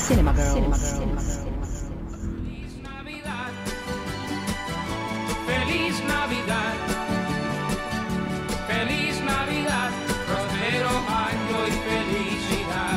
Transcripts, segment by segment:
Cinema Girls. Feliz Navidad, Feliz Navidad, prospero año y felicidad.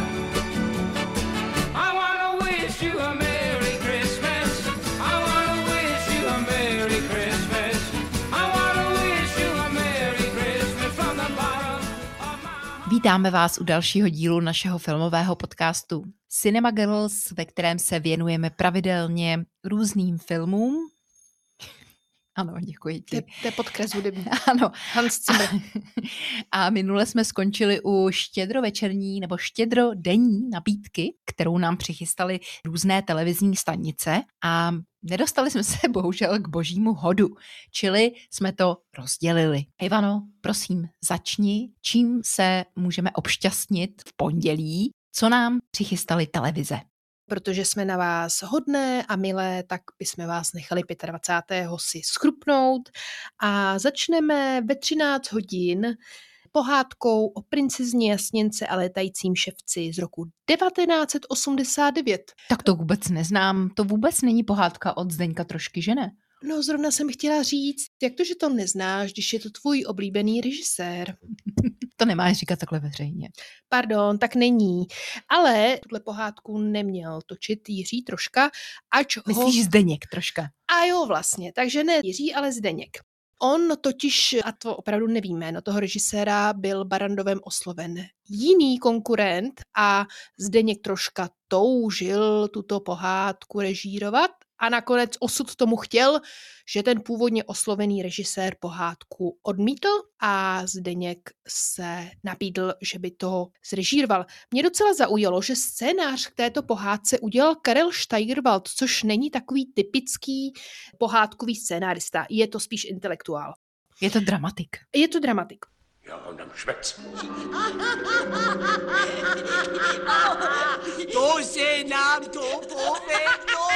I wanna wish you a Merry Christmas, I wanna wish you a Merry Christmas, I wanna wish you a Merry Christmas from the bottom of my heart. Vítáme vás u dalšího dílu našeho filmového podcastu Cinema Girls, ve kterém se věnujeme pravidelně různým filmům. Ano, děkuji ti. To je podkres hudební. Ano. Hans Zimmer. A minule jsme skončili u štědrovečerní nebo štědrodenní nabídky, kterou nám přichystali různé televizní stanice a nedostali jsme se bohužel k božímu hodu, čili jsme to rozdělili. Ivano, prosím, začni, čím se můžeme obšťastnit v pondělí, co nám přichystali televize. Protože jsme na vás hodné a milé, tak bychom vás nechali 25. si schrupnout a začneme ve 13 hodin pohádkou o princezně Jasněnce a létajícím ševci z roku 1989. Tak to vůbec neznám, to vůbec není pohádka od Zdeňka Trošky, že ne? No zrovna jsem chtěla říct, jak to, že to neznáš, když je to tvůj oblíbený režisér. To nemáš říkat takhle veřejně. Pardon, tak není. Ale tuhle pohádku neměl točit Jiří Troška, ač ho... Myslíš Zdeněk Troška? A jo, vlastně. Takže ne Jiří, ale Zdeněk. On totiž, a to opravdu nevím jméno toho režiséra, byl Barrandovem osloven jiný konkurent a Zdeněk Troška toužil tuto pohádku režírovat a nakonec osud tomu chtěl, že ten původně oslovený režisér pohádku odmítl a Zdeněk se nabídl, že by to zrežíroval. Mě docela zaujalo, že scénář k této pohádce udělal Karel Steigerwald, což není takový typický pohádkový scénárista, je to spíš intelektuál. Je to dramatik. Je to dramatik. Ja, und am Schwätz. To se nám to povedlo.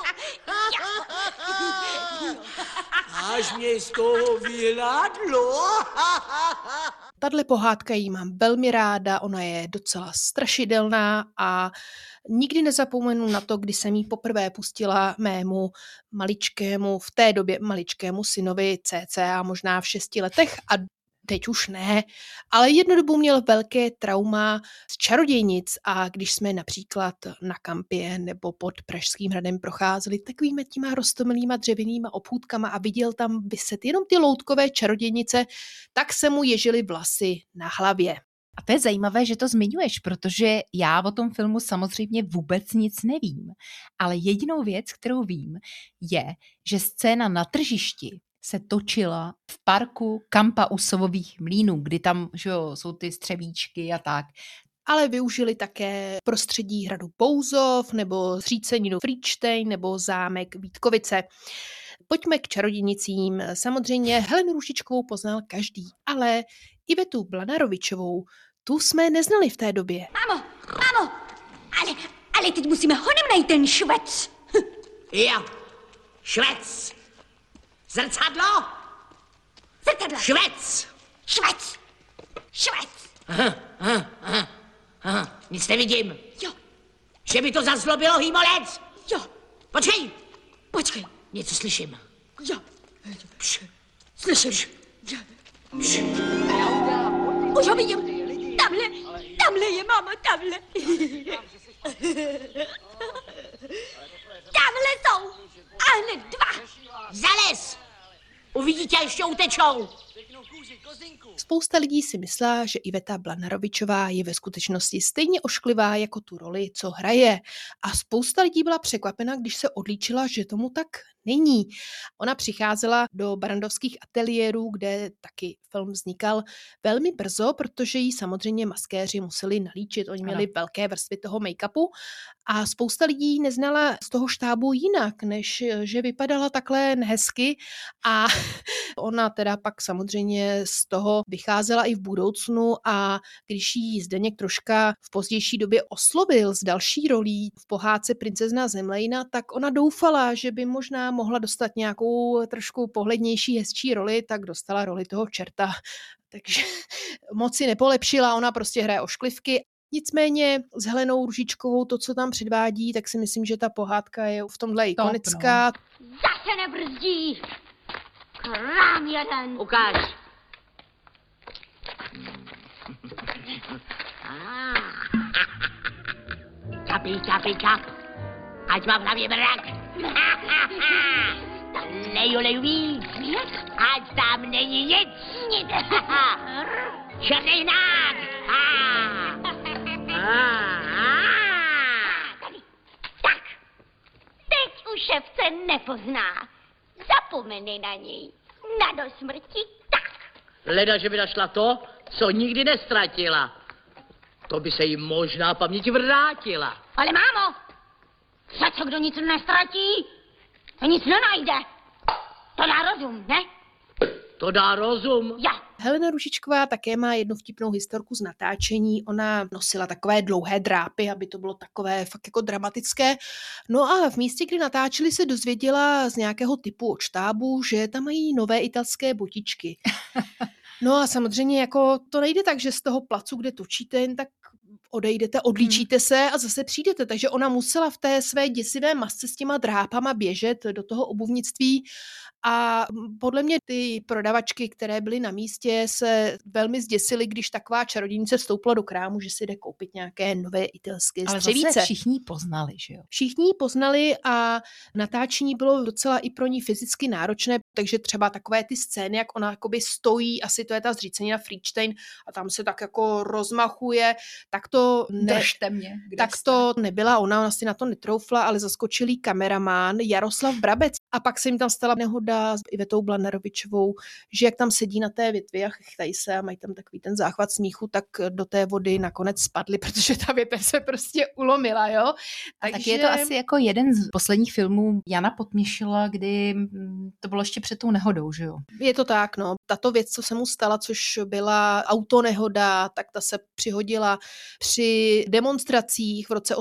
Až mě z toho vyladlo. Tahle pohádka jí mám velmi ráda, ona je docela strašidelná a nikdy nezapomenu na to, kdy jsem jí poprvé pustila mému maličkému, v té době maličkému synovi cca možná v 6 letech a teď už ne, ale jednu dobu měl velké trauma z čarodějnic a když jsme například na kampě nebo pod Pražským hradem procházeli takovými těma roztomilýma dřevěnýma obchůdkama a viděl tam vyset jenom ty loutkové čarodějnice, tak se mu ježily vlasy na hlavě. A to je zajímavé, že to zmiňuješ, protože já o tom filmu samozřejmě vůbec nic nevím. Ale jedinou věc, kterou vím, je, že scéna na tržišti se točila v parku Kampa u Sovových mlýnů, kdy tam že jo, jsou ty střevíčky a tak. Ale využili také prostředí hradu Bouzov nebo zříceninu Frýdštejn nebo zámek Vítkovice. Pojďme k čarodějnicím. Samozřejmě Helenu Růžičkovou poznal každý, ale Ivetu Blanarovičovou, tu jsme neznali v té době. Mámo, ale teď musíme honem najít ten švec. Ja, Švec. Zrcadlo. Zrcadlo. Švec. Švec. Aha, nic nevidím. Jo, Že by to zazlobilo hýmolec. jo, Počkej. Něco slyším. jo. Pš, Slyším. pš. Už ho vidím. Tamhle je, mámo, tamhle. Tamhle jsou. A hned 2. Zales. Uvidíte, ještě utečou. Spousta lidí si myslela, že Iveta Blanarovičová je ve skutečnosti stejně ošklivá jako tu roli, co hraje. A spousta lidí byla překvapena, když se odlíčila, že tomu tak není. Ona přicházela do barrandovských ateliérů, kde taky film vznikal velmi brzo, protože jí samozřejmě maskéři museli nalíčit. Oni měli velké vrstvy toho make-upu a spousta lidí neznala z toho štábu jinak, než že vypadala takhle hezky a ona teda pak samozřejmě z toho vycházela i v budoucnu a když jí Zdeněk Troška v pozdější době oslovil s další rolí v pohádce Princezna Zemlejna, tak ona doufala, že by možná mohla dostat nějakou trošku pohlednější, hezčí roli, tak dostala roli toho čerta. Takže moc si nepolepšila, ona prostě hraje ošklivky. Nicméně s Helenou Růžičkovou to, co tam předvádí, tak si myslím, že ta pohádka je v tomhle ikonická. Zase nebrzdí. Krám jeden. Ukáž. Čapí, čap. Ať mám v hlavě mrak. Leju víc. Ať tam není nic. Černej hnát. Tak, teď už ševce nepozná. Zapomeny na něj. Na dosmrti tak. Leda, že by našla to, co nikdy nestratila. To by se jí možná paměť vrátila. Ale mámo, co kdo nic nestratí, to nic nenajde. To dá rozum, ne? To dá rozum. Já. Helena Růžičková také má jednu vtipnou historku z natáčení. Ona nosila takové dlouhé drápy, aby to bylo takové fakt jako dramatické. No a v místě, kdy natáčeli, se dozvěděla z nějakého typu od štábu, že tam mají nové italské botičky. No a samozřejmě jako to nejde tak, že z toho placu, kde točíte, jen tak odejdete, odlíčíte se a zase přijdete. Takže ona musela v té své děsivé masce s těma drápama běžet do toho obuvnictví a podle mě ty prodavačky, které byly na místě, se velmi zděsily, když taková čarodějnice vstoupila do krámu, že si jde koupit nějaké nové italské střevíce. Ale zase všichni poznali, že jo? Všichni ji poznali a natáčení bylo docela i pro ní fyzicky náročné, takže třeba takové ty scény, jak ona jakoby stojí, asi to je ta zřícenina Friedstein a tam se tak jako rozmachuje, tak to Držte mě. tak to nebyla ona si na to netroufla, ale zaskočil jí kameraman Jaroslav Brabec. A pak se jim tam stala nehoda s Ivetou Blandarovičovou, že jak tam sedí na té větvi a chechtají se a mají tam takový ten záchvat smíchu, tak do té vody nakonec spadly, protože ta větev se prostě ulomila, jo. Tak je to asi jako jeden z posledních filmů Jana Potměšila, kdy to bylo ještě před tou nehodou, že jo? Je to tak, no. Tato věc, co se mu stala, což byla autonehoda, tak ta se přihodila při demonstracích v roce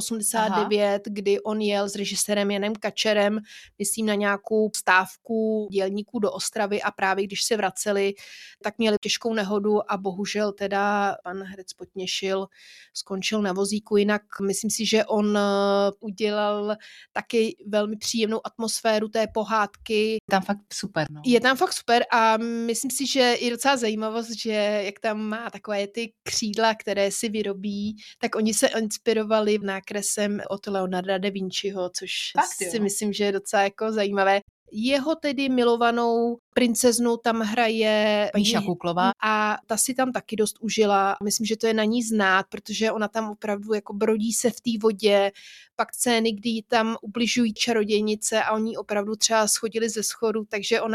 89, kdy on jel s režisérem Janem Kačerem, myslím na nějakou stávku dělníků do Ostravy a právě když se vraceli, tak měli těžkou nehodu a bohužel teda pan herec Potměšil skončil na vozíku. Jinak myslím si, že on udělal taky velmi příjemnou atmosféru té pohádky. Tam fakt super, no. Je tam fakt super a myslím si, že je docela zajímavost, že jak tam má takové ty křídla, které si vyrobí, tak oni se inspirovali nákresem od Leonarda da Vinciho, což Fakt, si jo. myslím, že je docela jako zajímavé. Jeho tedy milovanou princeznu tam hraje Míša Kuklová. a ta si tam taky dost užila. Myslím, že to je na ní znát, protože ona tam opravdu jako brodí se v té vodě, pak scény, kdy jí tam ubližují čarodějnice a oni opravdu třeba schodili ze schodu, takže ona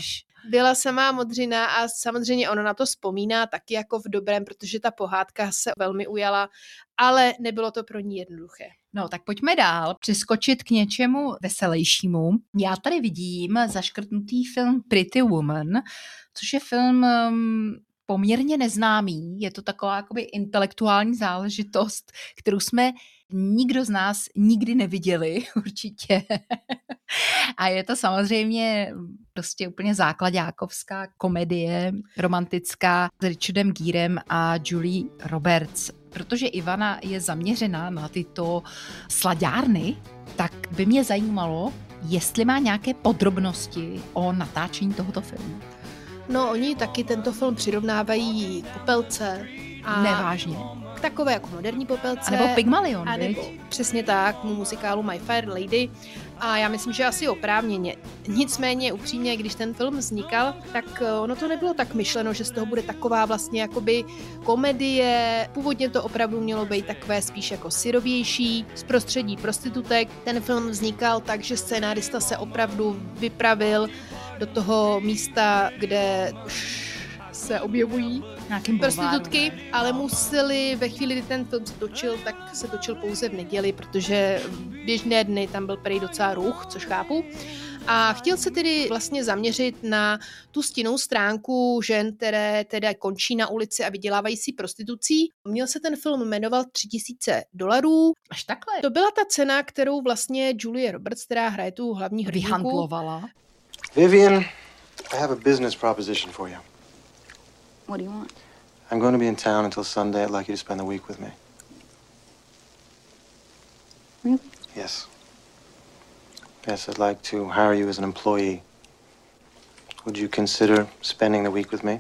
byla samá modřina a samozřejmě ona na to vzpomíná taky jako v dobrém, protože ta pohádka se velmi ujala, ale nebylo to pro ní jednoduché. No, tak pojďme dál, přeskočit k něčemu veselějšímu. Já tady vidím zaškrtnutý film Pretty Woman, což je film poměrně neznámý. Je to taková jakoby intelektuální záležitost, kterou jsme nikdo z nás nikdy neviděli, určitě. A je to samozřejmě prostě úplně záklaďákovská komedie, romantická s Richardem Gírem a Julie Roberts. Protože Ivana je zaměřená na tyto slaďárny, tak by mě zajímalo, jestli má nějaké podrobnosti o natáčení tohoto filmu. No, oni taky tento film přirovnávají k Popelce. A Nevážně. k takové jako moderní Popelce. A nebo Pygmalion, a nebo viď? přesně tak, muzikálu My Fair Lady. A já myslím, že asi oprávněně. Nicméně upřímně, když ten film vznikal, tak ono to nebylo tak myšleno, že z toho bude taková vlastně jakoby komedie. Původně to opravdu mělo být takové spíš jako syrovější, z prostředí prostitutek. Ten film vznikal tak, že scénárista se opravdu vypravil do toho místa, kde se objevují prostitutky, ale museli ve chvíli, kdy ten film se točil, tak se točil pouze v neděli, protože v běžné dny tam byl prej docela ruch, což chápu. A chtěl se tedy vlastně zaměřit na tu stinnou stránku žen, které teda končí na ulici a vydělávají si prostitucí. Měl se ten film jmenovat $3000. Až takhle To byla ta cena, kterou vlastně Julia Roberts, která hraje tu hlavní hrdinku, vyhandlovala. Vivian, I have a business proposition for you. What do you want? I'm going to be in town until Sunday. I'd like you to spend the week with me. Really? Yes. Yes, I'd like to hire you as an employee. Would you consider spending the week with me?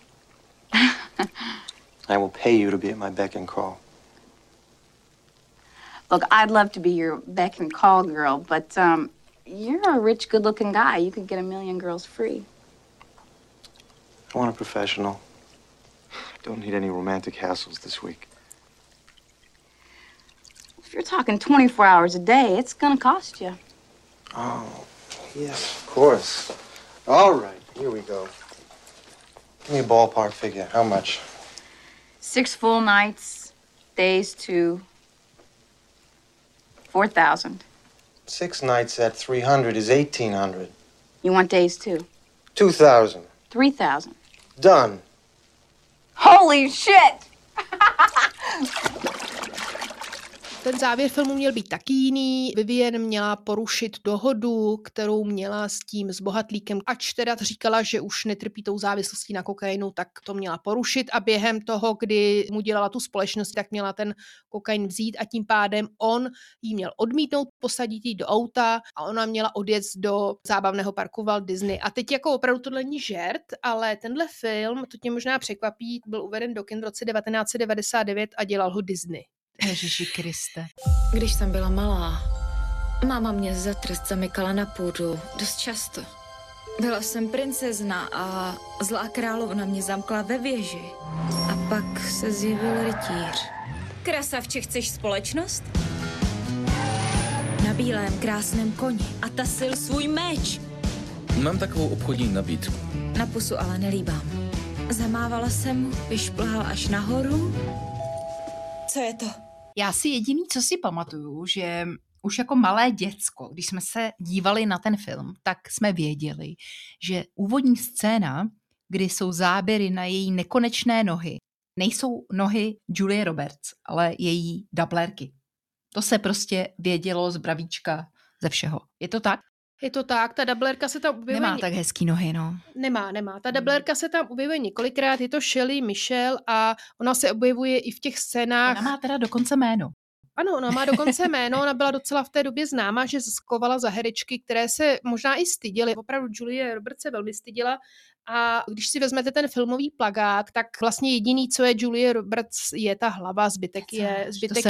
I will pay you to be at my beck and call. Look, I'd love to be your beck and call girl, but you're a rich, good-looking guy. You could get 1,000,000 girls free. I want a professional. I don't need any romantic hassles this week. If you're talking 24 hours a day, it's gonna cost you. Oh, yes, of course. All right, here we go. Give me a ballpark figure. How much? 6 full nights, days to 4,000. 6 nights at 300 is 1,800. You want days too? 2,000. 3,000. Done. Holy shit! Ten závěr filmu měl být taky jiný. Vivian měla porušit dohodu, kterou měla s tím zbohatlíkem. Ač teda říkala, že už netrpí tou závislostí na kokainu, tak to měla porušit a během toho, kdy mu dělala tu společnost, tak měla ten kokain vzít a tím pádem on jí měl odmítnout, posadit jí do auta a ona měla odjet do zábavného parku Walt Disney. A teď jako opravdu tohle není žert, ale tenhle film, to tě možná překvapí, byl uveden do kin v roce 1999 a dělal ho Disney. Ježiši Kriste. Když jsem byla malá, máma mě za trest zamykala na půdu dost často. Byla jsem princezna a zlá královna mě zamkla ve věži. A pak se zjevil rytíř. Krasavče, chceš společnost? Na bílém krásném koni a tasil svůj meč. Mám takovou obchodní nabídku. Na pusu ale nelíbám. Zamávala jsem mu, vyšplhal až nahoru. Co je to? Já si jediný, co si pamatuju, že už jako malé děcko, když jsme se dívali na ten film, tak jsme věděli, že úvodní scéna, kdy jsou záběry na její nekonečné nohy, nejsou nohy Julie Roberts, ale její dublérky. To se prostě vědělo z bravíčka ze všeho. Je to tak? Je to tak, ta dublérka se tam objevuje... Nemá tak hezký nohy, no. Nemá. Ta dublérka se tam objevuje několikrát, je to Shelley Michelle a ona se objevuje i v těch scénách. Ona má teda dokonce jméno. Ano, ona má dokonce jméno, ona byla docela v té době známá, že skovala za herečky, které se možná i styděly. Opravdu Julie Roberts se velmi styděla a když si vezmete ten filmový plakát, tak vlastně jediný, co je Julie Roberts, je ta hlava, zbytek je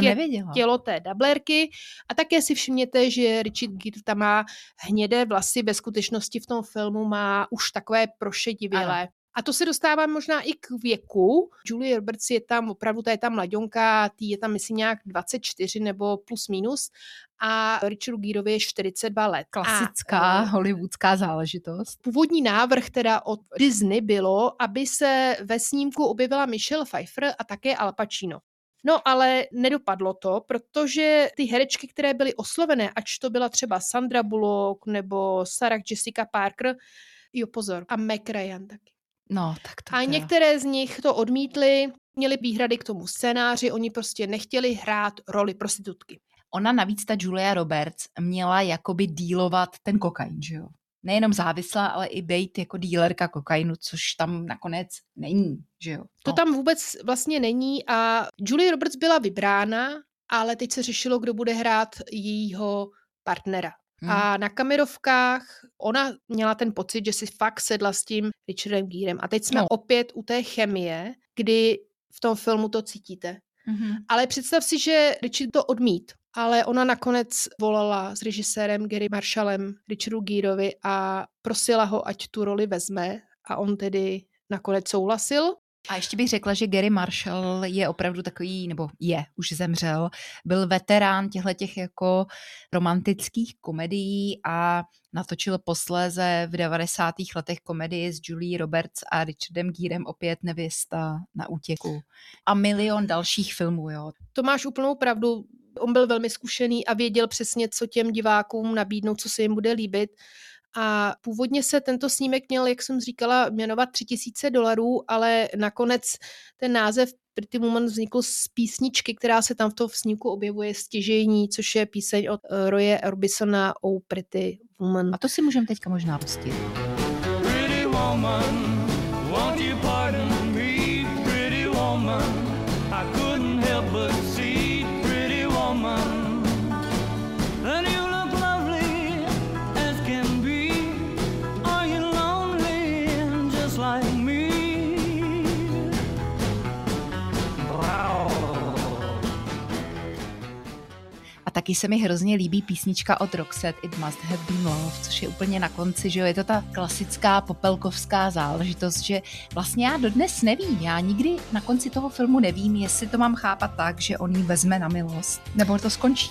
tělo té dublérky. A také si všimněte, že Richard Gere tam má hnědé vlasy, ve skutečnosti v tom filmu má už takové prošedivělé. Ano. A to se dostává možná i k věku. Julie Roberts je tam opravdu, ta je tam mladionka, tý je tam myslím nějak 24 nebo plus minus a Richardu Gerovi je 42 let. Klasická hollywoodská záležitost. Původní návrh teda od Disney bylo, aby se ve snímku objevila Michelle Pfeiffer a také Al Pacino. No ale nedopadlo to, protože ty herečky, které byly oslovené, ač to byla třeba Sandra Bullock nebo Sarah Jessica Parker, jo pozor, a Meg Ryan taky. No, tak to a teda. některé z nich to odmítly, měli výhrady k tomu scénáři, oni prostě nechtěli hrát roli prostitutky. Ona navíc, ta Julia Roberts, měla jakoby dílovat ten kokain, že jo? Nejenom závislá, ale i bejt jako dílerka kokainu, což tam nakonec není, že jo? To tam vůbec vlastně není a Julia Roberts byla vybrána, ale teď se řešilo, kdo bude hrát jejího partnera. A na kamerovkách ona měla ten pocit, že si fakt sedla s tím Richardem Gerem. A teď jsme opět u té chemie, kdy v tom filmu to cítíte. Ale představ si, že Richard to odmít. Ale ona nakonec volala s režisérem Gary Marshallem Richardu Gerovi a prosila ho, ať tu roli vezme. A on tedy nakonec souhlasil. A ještě bych řekla, že Gary Marshall je opravdu takový, nebo už zemřel, byl veterán těchto jako romantických komedií a natočil posléze v 90. letech komedii s Julie Roberts a Richardem Gerem opět Nevěsta na útěku. A milion dalších filmů, jo. To máš úplnou pravdu. On byl velmi zkušený a věděl přesně, co těm divákům nabídnout, co se jim bude líbit. A původně se tento snímek měl, jak jsem říkala, jmenovat $3,000, ale nakonec ten název Pretty Woman vznikl z písničky, která se tam v tom snímku objevuje, Stěžejní, což je píseň od Roye Orbisona Oh Pretty Woman. A to si můžeme teďka možná pustit. Pretty woman, won't you pardon me, pretty woman, I couldn't help but see, pretty woman, Taky se mi hrozně líbí písnička od Roxette It Must Have Been Love, což je úplně na konci, že jo, je to ta klasická popelkovská záležitost, že vlastně já dodnes nevím, já nikdy na konci toho filmu nevím, jestli to mám chápat tak, že on jí vezme na milost, nebo to skončí.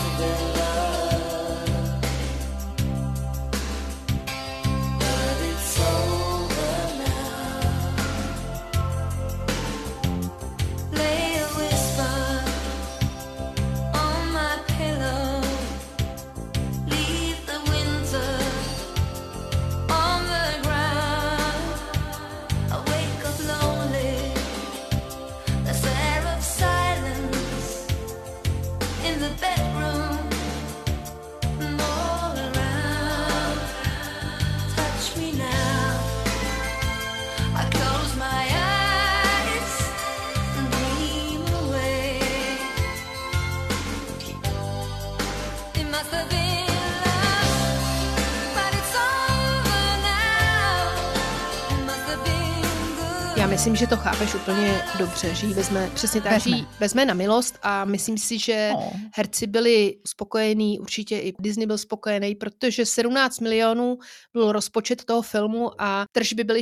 Já myslím, že to chápeš úplně dobře, že ji vezme, přesně tak, že ji vezme na milost a myslím si, že herci byli spokojení, určitě i Disney byl spokojený, protože 17 milionů byl rozpočet toho filmu a tržby byly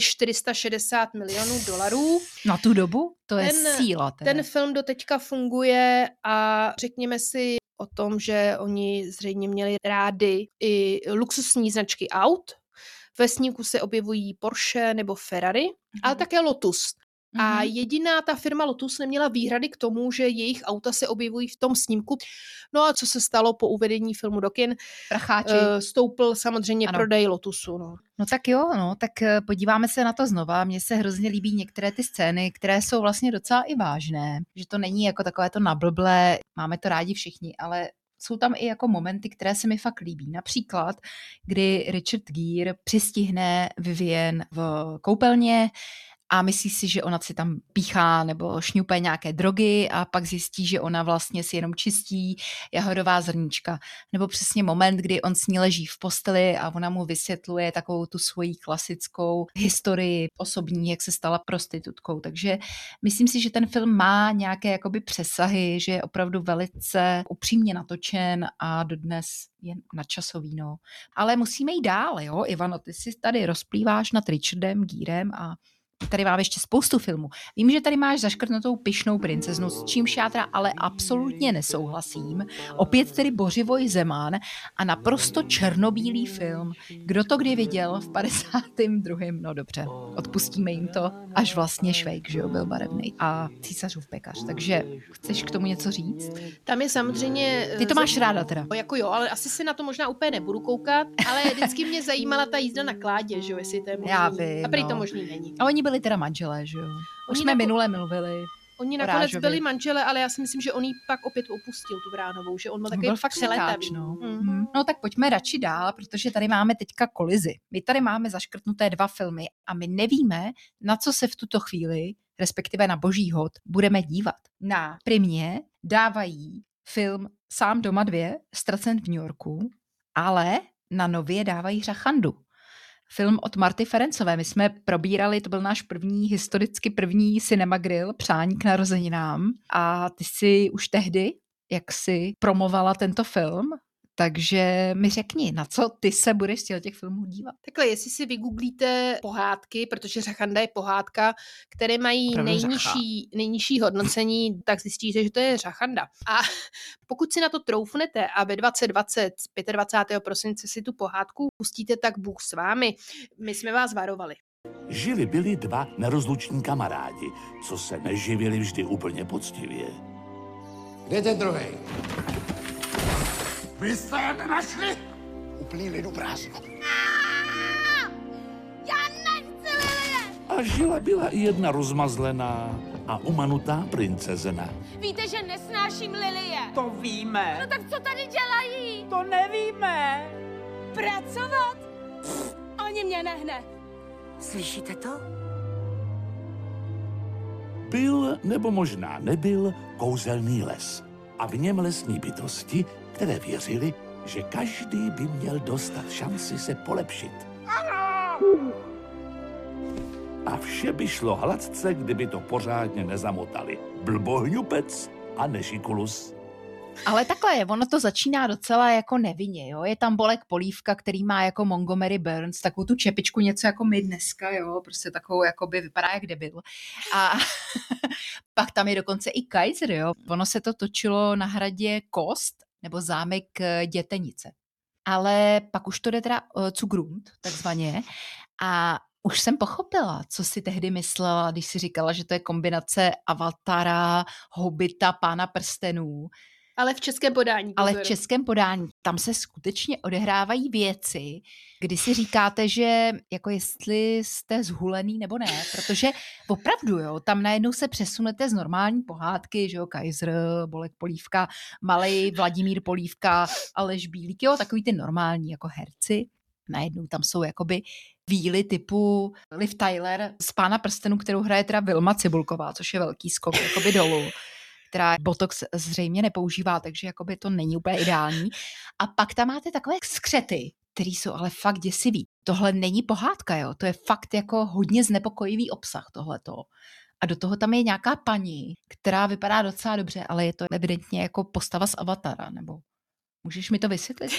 460 milionů dolarů. Na tu dobu? To je síla. Teda. Ten film doteďka funguje a řekněme si o tom, že oni zřejmě měli rádi i luxusní značky aut. Ve snímku se objevují Porsche nebo Ferrari, ale také Lotus. A jediná ta firma Lotus neměla výhrady k tomu, že jejich auta se objevují v tom snímku. No a co se stalo po uvedení filmu do kin? Pracháči. Stoupl samozřejmě prodej Lotusu. No tak jo, tak podíváme se na to znova. Mně se hrozně líbí některé ty scény, které jsou vlastně docela i vážné. Že to není jako takové to nablblé, máme to rádi všichni, ale jsou tam i jako momenty, které se mi fakt líbí. Například, kdy Richard Gere přistihne Vivienne v koupelně a myslí si, že ona si tam píchá nebo šňupe nějaké drogy a pak zjistí, že ona vlastně si jenom čistí jahodová zrníčka. Nebo přesně moment, kdy on s ní leží v posteli a ona mu vysvětluje takovou tu svoji klasickou historii osobní, jak se stala prostitutkou. Takže myslím si, že ten film má nějaké jakoby přesahy, že je opravdu velice upřímně natočen a dodnes je nadčasový, no. Ale musíme jít dál, jo, Ivano, ty si tady rozplýváš nad Richardem Gerem a tady máme ještě spoustu filmů. Vím, že tady máš zaškrtnutou Pyšnou princeznu, s čímž já teda ale absolutně nesouhlasím. Opět tedy Bořivoj Zeman a naprosto černobílý film. Kdo to kdy viděl v 52. No dobře, odpustíme jim to, až vlastně Švejk, že jo, byl barevný. A Císařův pekař, takže chceš k tomu něco říct? Tam je samozřejmě... Ty to máš ráda teda. Jako jo, ale asi se na to možná úplně nebudu koukat, ale vždycky mě zajímala ta jízda na kládě, že jo, jestli to je možný. Já vím, a prý to možný není. A oni byli teda manželé, že jo? Už jsme minule mluvili. Oni nakonec byli manželé, ale já si myslím, že on jí pak opět opustil, tu Vránovou, že on byl takový fakt přelétavý. No tak pojďme radši dál, protože tady máme teďka kolizi. My tady máme zaškrtnuté 2 filmy a my nevíme, na co se v tuto chvíli, respektive na Boží hod, budeme dívat. Na primě dávají film Sám doma 2, Ztracen v New Yorku, ale na Nově dávají Řachandu. Film od Marty Ferencové. My jsme probírali, to byl náš historicky první Cinema Grill, přání k narozeninám. A ty si už tehdy, jak si promovala tento film, takže mi řekni, na co ty se budeš z těch filmů dívat? Takhle, jestli si vygooglíte pohádky, protože Řachanda je pohádka, které mají nejnižší hodnocení, tak zjistíte, že to je Řachanda. A pokud si na to troufnete a ve 2020, 25. prosince si tu pohádku pustíte, tak Bůh s vámi. My jsme vás varovali. Žili byli 2 nerozluční kamarádi, co se neživili vždy úplně poctivě. Kde je ten druhej? Vy jste je nenašli? Úplný lidu prázdno. Já nechci lilie! A žila byla i jedna rozmazlená a umanutá princezna. Víte, že nesnáším lilie. To víme. No tak co tady dělají? To nevíme. Pracovat? Ani mě nehne. Slyšíte to? Byl, nebo možná nebyl, kouzelný les. A v něm lesní bytosti, které věřili, že každý by měl dostat šanci se polepšit. A vše by šlo hladce, kdyby to pořádně nezamotali Blbohňupec a Nešikulus. Ale takhle, ono to začíná docela jako nevinně, jo. Je tam Bolek Polívka, který má jako Montgomery Burns, takovou tu čepičku, něco jako my dneska, jo, prostě takovou, jakoby vypadá jak debil. A pak tam je dokonce i Kaiser, jo. Ono se to točilo na hradě Kost, nebo zámek Dětenice. Ale pak už to jde teda zu Grund, takzvaně. A už jsem pochopila, co si tehdy myslela, když si říkala, že to je kombinace Avatara, Hobita, Pána prstenů. Ale v českém podání. Pozor. Ale v českém podání. Tam se skutečně odehrávají věci, kdy si říkáte, že jako jestli jste zhulený nebo ne, protože opravdu, jo, tam najednou se přesunete z normální pohádky, že jo, Kaiser, Bolek Polívka, malej Vladimír Polívka, Aleš Bílík, jo, takový ty normální jako herci. Najednou tam jsou jakoby víly typu Liv Tyler z Pána prstenů, kterou hraje teda Vilma Cibulková, což je velký skok jakoby dolů, která botox zřejmě nepoužívá, takže jakoby to není úplně ideální. A pak tam máte takové skřety, které jsou ale fakt děsivý. Tohle není pohádka, jo, to je fakt jako hodně znepokojivý obsah tohleto. A do toho tam je nějaká paní, která vypadá docela dobře, ale je to evidentně jako postava z Avatara, nebo... Můžeš mi to vysvětlit?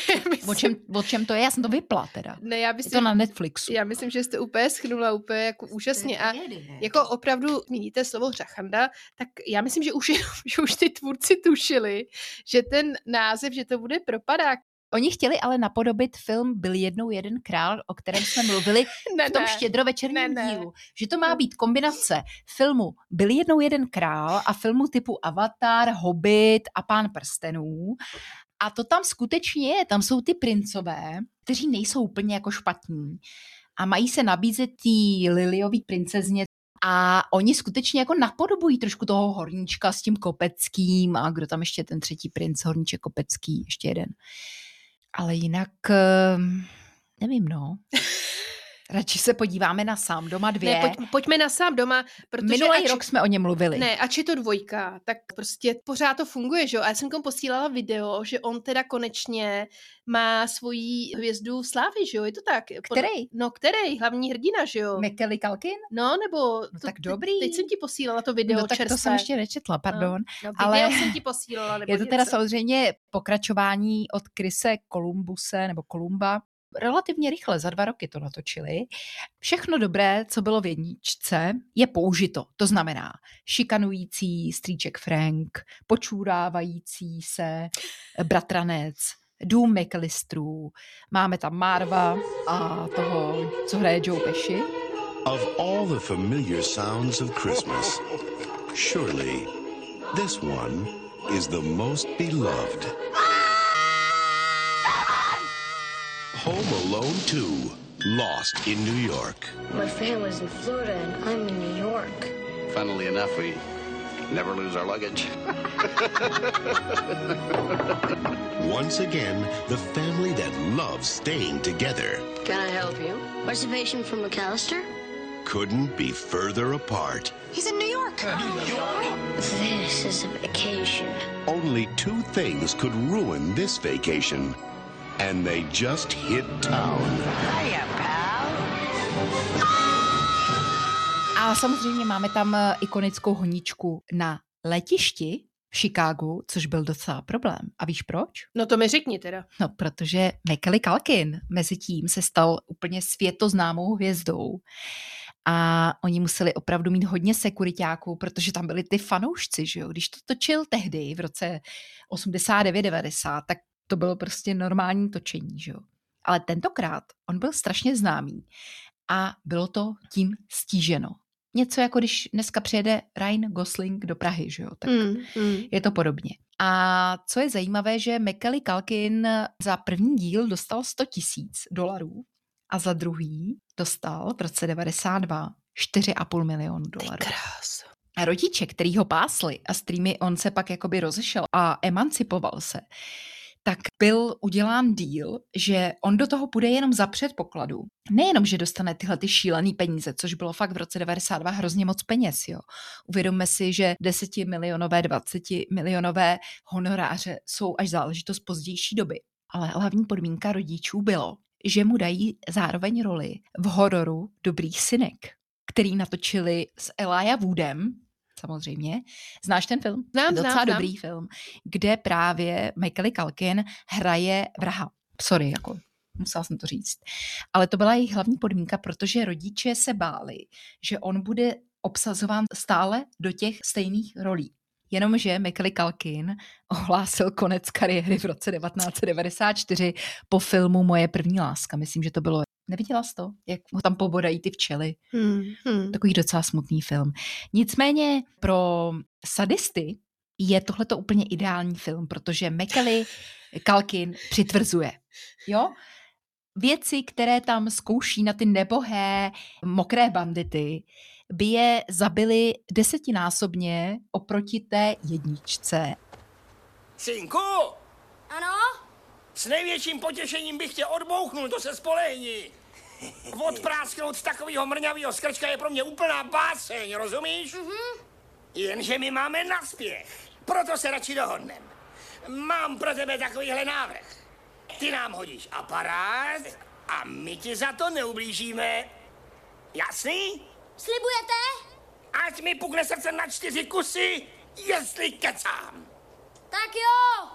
O čem to je? Já jsem to vypla teda. Ne, já myslím, je to na Netflixu. Já myslím, že jste úplně schnula úplně jako úžasně a jako opravdu zmíníte slovo řachanda, tak já myslím, že už ty tvůrci tušili, že ten název, že to bude propadák. Oni chtěli ale napodobit film Byl jednou jeden král, o kterém jsme mluvili v tom štědrovečerním dílu. Že to má být kombinace filmu Byl jednou jeden král a filmu typu Avatar, Hobbit a Pán prstenů. A to tam skutečně je, tam jsou ty princové, kteří nejsou úplně jako špatní a mají se nabízet tý Liliový princezně a oni skutečně jako napodobují trošku toho horníčka s tím Kopeckým a kdo tam ještě ten třetí princ, horníček Kopecký, ještě jeden. Ale jinak, nevím, no. Radši se podíváme na Sám doma 2. Ne, pojďme na Sám doma, protože... Minulý rok jsme o něm mluvili. Ne, ač je to 2, tak prostě pořád to funguje, že jo? A já jsem komu posílala video, že on teda konečně má svoji hvězdu slávy, že jo? Je to tak? Který? No, který? Hlavní hrdina, že jo? Macaulay Culkin? No, nebo... No, tak dobrý. Teď jsem ti posílala to video tak čerstvé. To jsem ještě nečetla, pardon. No, ale jsem ti posílala, nebo je to něco. teda samozřejmě pokračování od Chrise Columbuse, nebo Columba. Relativně rychle, za 2 roky to natočili. Všechno dobré, co bylo v jedničce, je použito. To znamená šikanující strýček Frank, počůrávající se bratranec, dům McAllisterů, máme tam Marva a toho, co hraje Joe Pesci. Of all the familiar sounds of Christmas, surely this one is the most beloved. Home Alone 2, Lost in New York. My family's in Florida and I'm in New York. Funnily enough, we never lose our luggage. Once again, the family that loves staying together. Can I help you? Reservation for McAllister? Couldn't be further apart. He's in New York. New York? This is a vacation. Only 2 things could ruin this vacation. And they just hit town. Hiya, pal. A samozřejmě máme tam ikonickou honičku na letišti v Chicagu, což byl docela problém. A víš proč? No to mi řekni teda. No, protože Macaulay Culkin mezi tím se stal úplně světoznámou hvězdou. A oni museli opravdu mít hodně sekuriťáků, protože tam byli ty fanoušci, že jo. Když to točil tehdy v roce 89-90, tak to bylo prostě normální točení, že jo. Ale tentokrát on byl strašně známý a bylo to tím stíženo. Něco jako když dneska přijede Ryan Gosling do Prahy, že jo, tak je to podobně. A co je zajímavé, že Macaulay Culkin za první díl dostal $100,000 a za druhý dostal v roce 92 $4,5 milionu. Krás. A rodiče, který ho pásli a s kterými on se pak jakoby rozešel a emancipoval se, tak byl udělán deal, že on do toho půjde jenom za předpokladu. Nejenom, že dostane tyhle ty šílený peníze, což bylo fakt v roce 92 hrozně moc peněz, jo. Uvědomme si, že 10milionové, 20milionové honoráře jsou až záležitost pozdější doby. Ale hlavní podmínka rodičů bylo, že mu dají zároveň roli v hororu Dobrých synek, který natočili s Elijah Woodem samozřejmě. Znáš ten film? Znám, Docela dobrý film, kde právě Macaulay Culkin hraje vraha. Sorry, jako musela jsem to říct. Ale to byla jejich hlavní podmínka, protože rodiče se báli, že on bude obsazován stále do těch stejných rolí. Jenomže Macaulay Culkin ohlásil konec kariéry v roce 1994 po filmu Moje první láska. Myslím, že to bylo. Neviděla jsi to? Jak ho tam pobodají ty včely. Takový docela smutný film. Nicméně pro sadisty je tohleto úplně ideální film, protože Macaulay Culkin přitvrzuje. Jo? Věci, které tam zkouší na ty nebohé, mokré bandity, by je zabili 10násobně oproti té jedničce. Synku! Ano? S největším potěšením bych tě odbouchnul, to se spolehni. Odprásknout z takového mrňavého skrčka je pro mě úplná báseň, rozumíš? Jenže my máme naspěch, proto se radši dohodnem. Mám pro tebe takovýhle návrh. Ty nám hodíš aparát a my ti za to neublížíme. Jasný? Slibujete? Ať mi pukne srdce na 4 kusy, jestli kecám. Tak jo.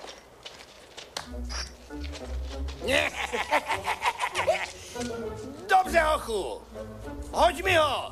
Dobře, hochu. Hoď mi ho.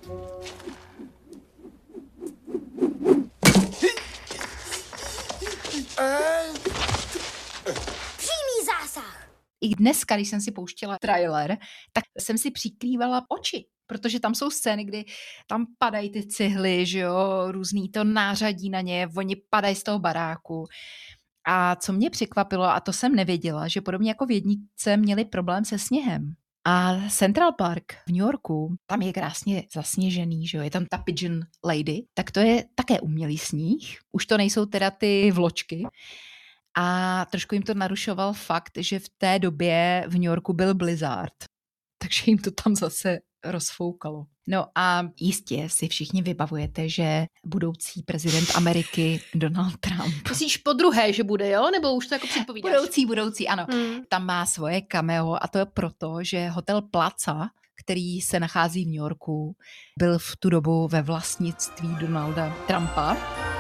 Přímý zásah. I dneska, když jsem si pouštěla trailer, tak jsem si přikrývala oči, protože tam jsou scény, kdy tam padají ty cihly, že jo, různý to nářadí na ně, oni padají z toho baráku. A co mě překvapilo, a to jsem nevěděla, že podobně jako v jedničce měli problém se sněhem. A Central Park v New Yorku, tam je krásně zasněžený, že jo, je tam ta Pigeon Lady, tak to je také umělý sníh. Už to nejsou teda ty vločky. A trošku jim to narušoval fakt, že v té době v New Yorku byl blizzard. Takže jim to tam zase rozfoukalo. No a jistě si všichni vybavujete, že budoucí prezident Ameriky Donald Trump. Myslíš podruhé, že bude, jo? Nebo už to jako předpovídáš? Budoucí, ano. Tam má svoje cameo a to je proto, že hotel Plaza, který se nachází v New Yorku, byl v tu dobu ve vlastnictví Donalda Trumpa.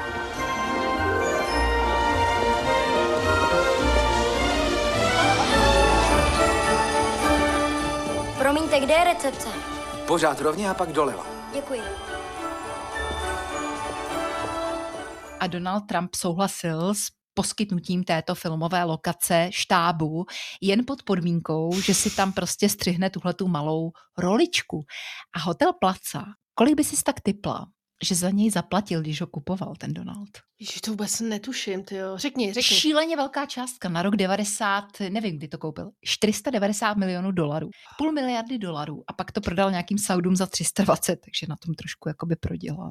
Promiňte, kde je recepce? Pořád rovně a pak doleva. Děkuji. A Donald Trump souhlasil s poskytnutím této filmové lokace štábu jen pod podmínkou, že si tam prostě střihne tuhletu malou roličku. A hotel Plaza, kolik by si tak tipla, že za něj zaplatil, když ho kupoval ten Donald? Ježiš, to vůbec netuším, tyjo. Řekni. Šíleně velká částka na rok 90, nevím, kdy to koupil, $490 milionů, $500 miliardy a pak to prodal nějakým Saudům za 320, takže na tom trošku jakoby prodělal.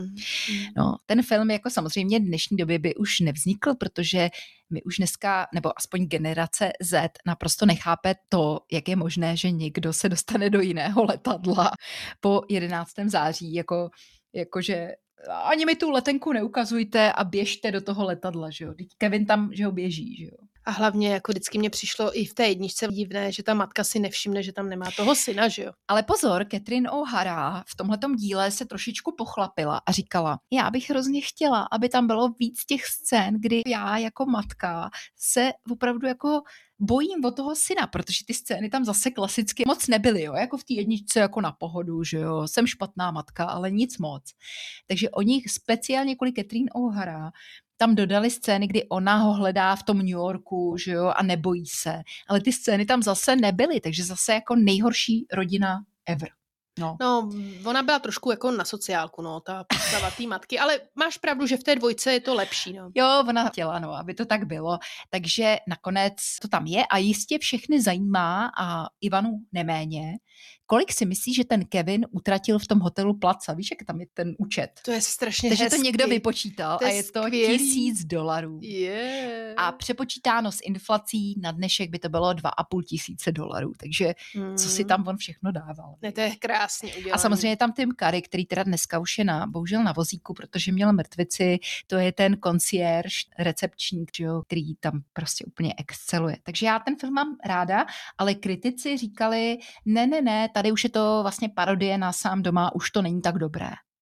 No, ten film jako samozřejmě v dnešní době by už nevznikl, protože my už dneska, nebo aspoň generace Z naprosto nechápe to, jak je možné, že někdo se dostane do jiného letadla po 11. září, jakože ani mi tu letenku neukazujte a běžte do toho letadla, že jo. Teď Kevin tam, že ho běží, že jo. A hlavně jako vždycky mě přišlo i v té jedničce divné, že ta matka si nevšimne, že tam nemá toho syna, že jo. Ale pozor, Catherine O'Hara v tomhletom díle se trošičku pochlapila a říkala, já bych hrozně chtěla, aby tam bylo víc těch scén, kdy já jako matka se opravdu jako bojím o toho syna, protože ty scény tam zase klasicky moc nebyly, jo, jako v té jedničce jako na pohodu, že jo, jsem špatná matka, ale nic moc. Takže oni speciálně kvůli Catherine O'Hara tam dodali scény, kdy ona ho hledá v tom New Yorku, že jo, a nebojí se. Ale ty scény tam zase nebyly, takže zase jako nejhorší rodina ever. No, ona byla trošku jako na sociálku, no, ta postava té matky, ale máš pravdu, že v té dvojce je to lepší, no. Jo, ona chtěla, no, aby to tak bylo. Takže nakonec to tam je a jistě všechny zajímá a Ivanu neméně. Kolik si myslíš, že ten Kevin utratil v tom hotelu Plaza? Víš, jak tam je ten účet? To je strašně Takže hezky. to někdo vypočítal a je to $1,000. Yeah. A přepočítáno s inflací na dnešek by to bylo $2,500. Takže co si tam on všechno dával? Ne, to je krásně udělané. A samozřejmě tam Tim Curry, který teda dneska už je bohužel na vozíku, protože měl mrtvici, to je ten concierge, recepčník, který tam prostě úplně exceluje. Takže já ten film mám ráda, ale kritici říkali, ne, tady už je to vlastně parodie na Sám doma, už to není tak dobré.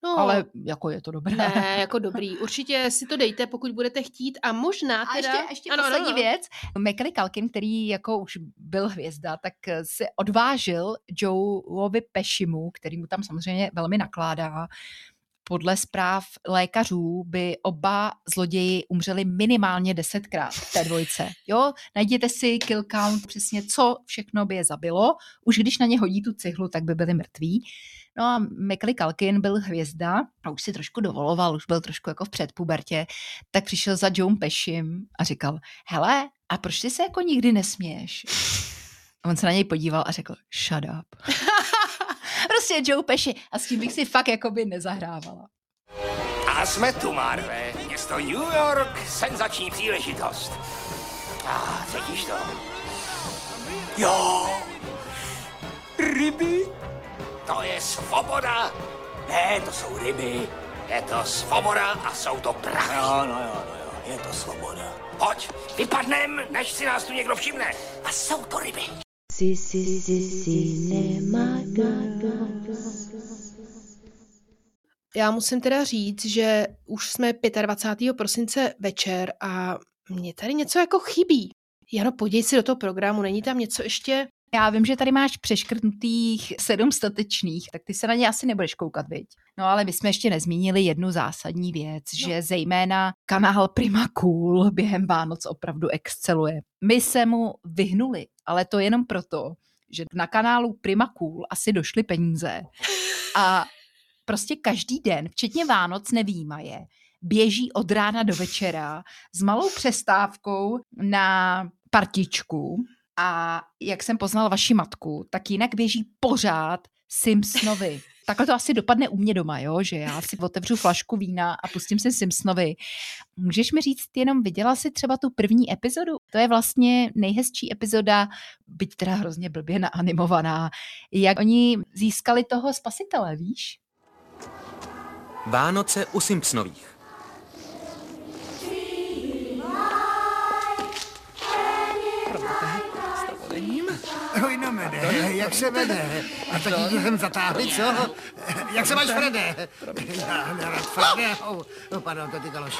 No, ale jako je to dobré. Ne, jako dobrý. Určitě si to dejte, pokud budete chtít a možná teda... A ještě poslední věc. Macaulay Culkin, který jako už byl hvězda, tak se odvážil Joeovi Pescimu, který mu tam samozřejmě velmi nakládá. Podle zpráv lékařů by oba zloději umřeli minimálně 10krát v té dvojce. Jo, najděte si kill count přesně, co všechno by je zabilo. Už když na ně hodí tu cihlu, tak by byli mrtví. No a Macaulay Culkin byl hvězda a už si trošku dovoloval, už byl trošku jako v předpubertě, tak přišel za Joe Pescim a říkal, hele, a proč ty se jako nikdy nesměješ? A on se na něj podíval a řekl, shut up. Prostě Joe Pesci a s tím bych si fakt jakoby nezahrávala. A jsme tu, Marve. Město New York, senzační příležitost. Cítíš to? Jo. Ryby? To je svoboda. Ne, to jsou ryby. Je to svoboda a jsou to prachy. Jo, je to svoboda. Pojď, vypadnem, než si nás tu někdo všimne. A jsou to ryby. Já musím teda říct, že už jsme 25. prosince večer a mně tady něco jako chybí. Jano, podívej si do toho programu, není tam něco ještě? Já vím, že tady máš přeškrtnutých 7 statečných, tak ty se na ně asi nebudeš koukat, viď? No ale my jsme ještě nezmínili jednu zásadní věc, že zejména kanál Prima Cool během Vánoc opravdu exceluje. My se mu vyhnuli, ale to jenom proto, že na kanálu Prima Cool asi došly peníze a prostě každý den, včetně Vánoc nevyjímaje, běží od rána do večera s malou přestávkou na partičku. A jak jsem poznal vaši matku, tak jinak běží pořád Simpsonovi. Takhle to asi dopadne u mě doma, jo? Že já si otevřu flašku vína a pustím si Simpsonovi. Můžeš mi říct jenom, viděla jsi třeba tu první epizodu? To je vlastně nejhezčí epizoda, byť teda hrozně blbě naanimovaná. Jak oni získali toho spasitele, víš? Vánoce u Simpsonových. Jak se vede? A taky tě sem zatáhli, co? Jak se máš, Frede? Já nerad Frede. Pardon, to ty kaloše.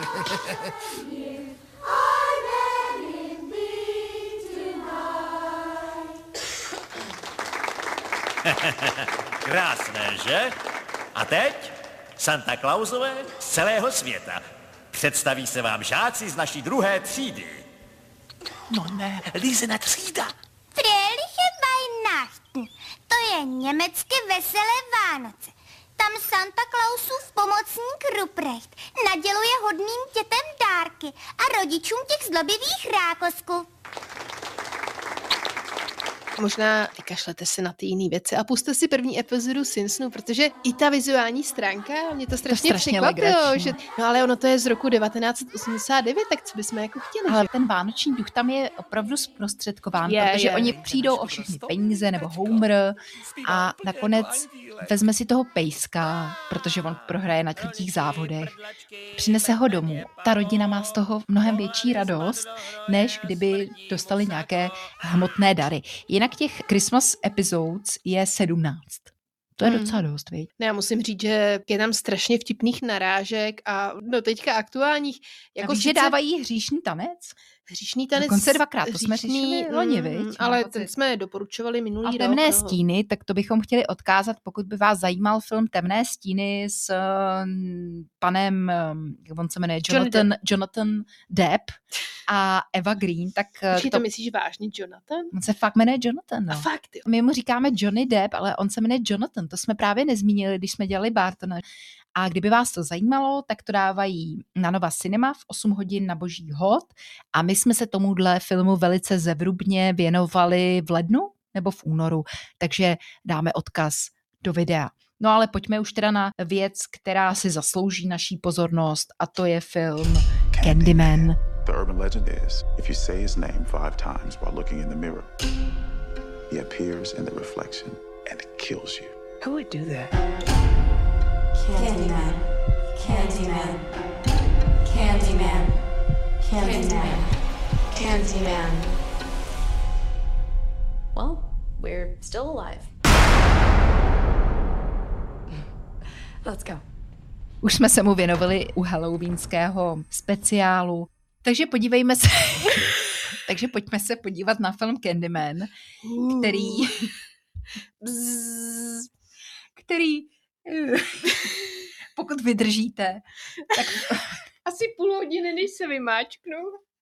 Krásné, že? A teď Santa Clausové z celého světa. Představí se vám žáci z naší 2. třídy. No ne, Lízena třída. Fröhliche Weihnachten. To je německy veselé Vánoce. Tam Santa Clausův pomocník Ruprecht naděluje hodným dětem dárky a rodičům těch zlobivých rákosků. Možná vykašlete se na ty jiné věci a puste si první epizodu Simpsonů, protože i ta vizuální stránka, mě to strašně překvapilo. Že, no ale ono to je z roku 1989, tak co bychom jako chtěli. Ale že? ten vánoční duch tam je opravdu zprostředkován, protože oni přijdou o všechny peníze nebo Homer a nakonec vezme si toho pejska, protože on prohraje na krutých závodech, přinese ho domů. Ta rodina má z toho mnohem větší radost, než kdyby dostali nějaké hmotné dary. Jinak těch Christmas episodes je 17. To je docela dost, viď? Ne, já musím říct, že je tam strašně vtipných narážek a no teďka aktuálních. Jako víš, že dávají hříšný tanec? Hříšný tanec. Dokonce 2krát, to jsme řešili loni, viď? Ale ten jsme doporučovali minulý rok. A Temné stíny, tak to bychom chtěli odkázat, pokud by vás zajímal film Temné stíny s panem, jak on se jmenuje, Jonathan Depp a Eva Green, tak... To myslíš vážně Jonathan? On se fakt jmenuje Jonathan, no. A fakt, jo. My mu říkáme Johnny Depp, ale on se jmenuje Jonathan, to jsme právě nezmínili, když jsme dělali Bartona. A kdyby vás to zajímalo, tak to dávají na Nova Cinema v 8 hodin na Boží hod a my jsme se tomuhle filmu velice zevrubně věnovali v lednu nebo v únoru, takže dáme odkaz do videa. No ale pojďme už teda na věc, která si zaslouží naší pozornost a to je film Candyman. The urban legend is, if you say his name 5 times while looking in the mirror, he appears in the reflection and kills you. Who would do that? Candyman. Candyman. Candyman. Candyman. Candyman. Well, we're still alive. Let's go. Už jsme se mu věnovali u halloweenského speciálu, takže podívejme se... Takže pojďme se podívat na film Candyman, který pokud vydržíte, tak asi půl hodiny, než se vymáčknu.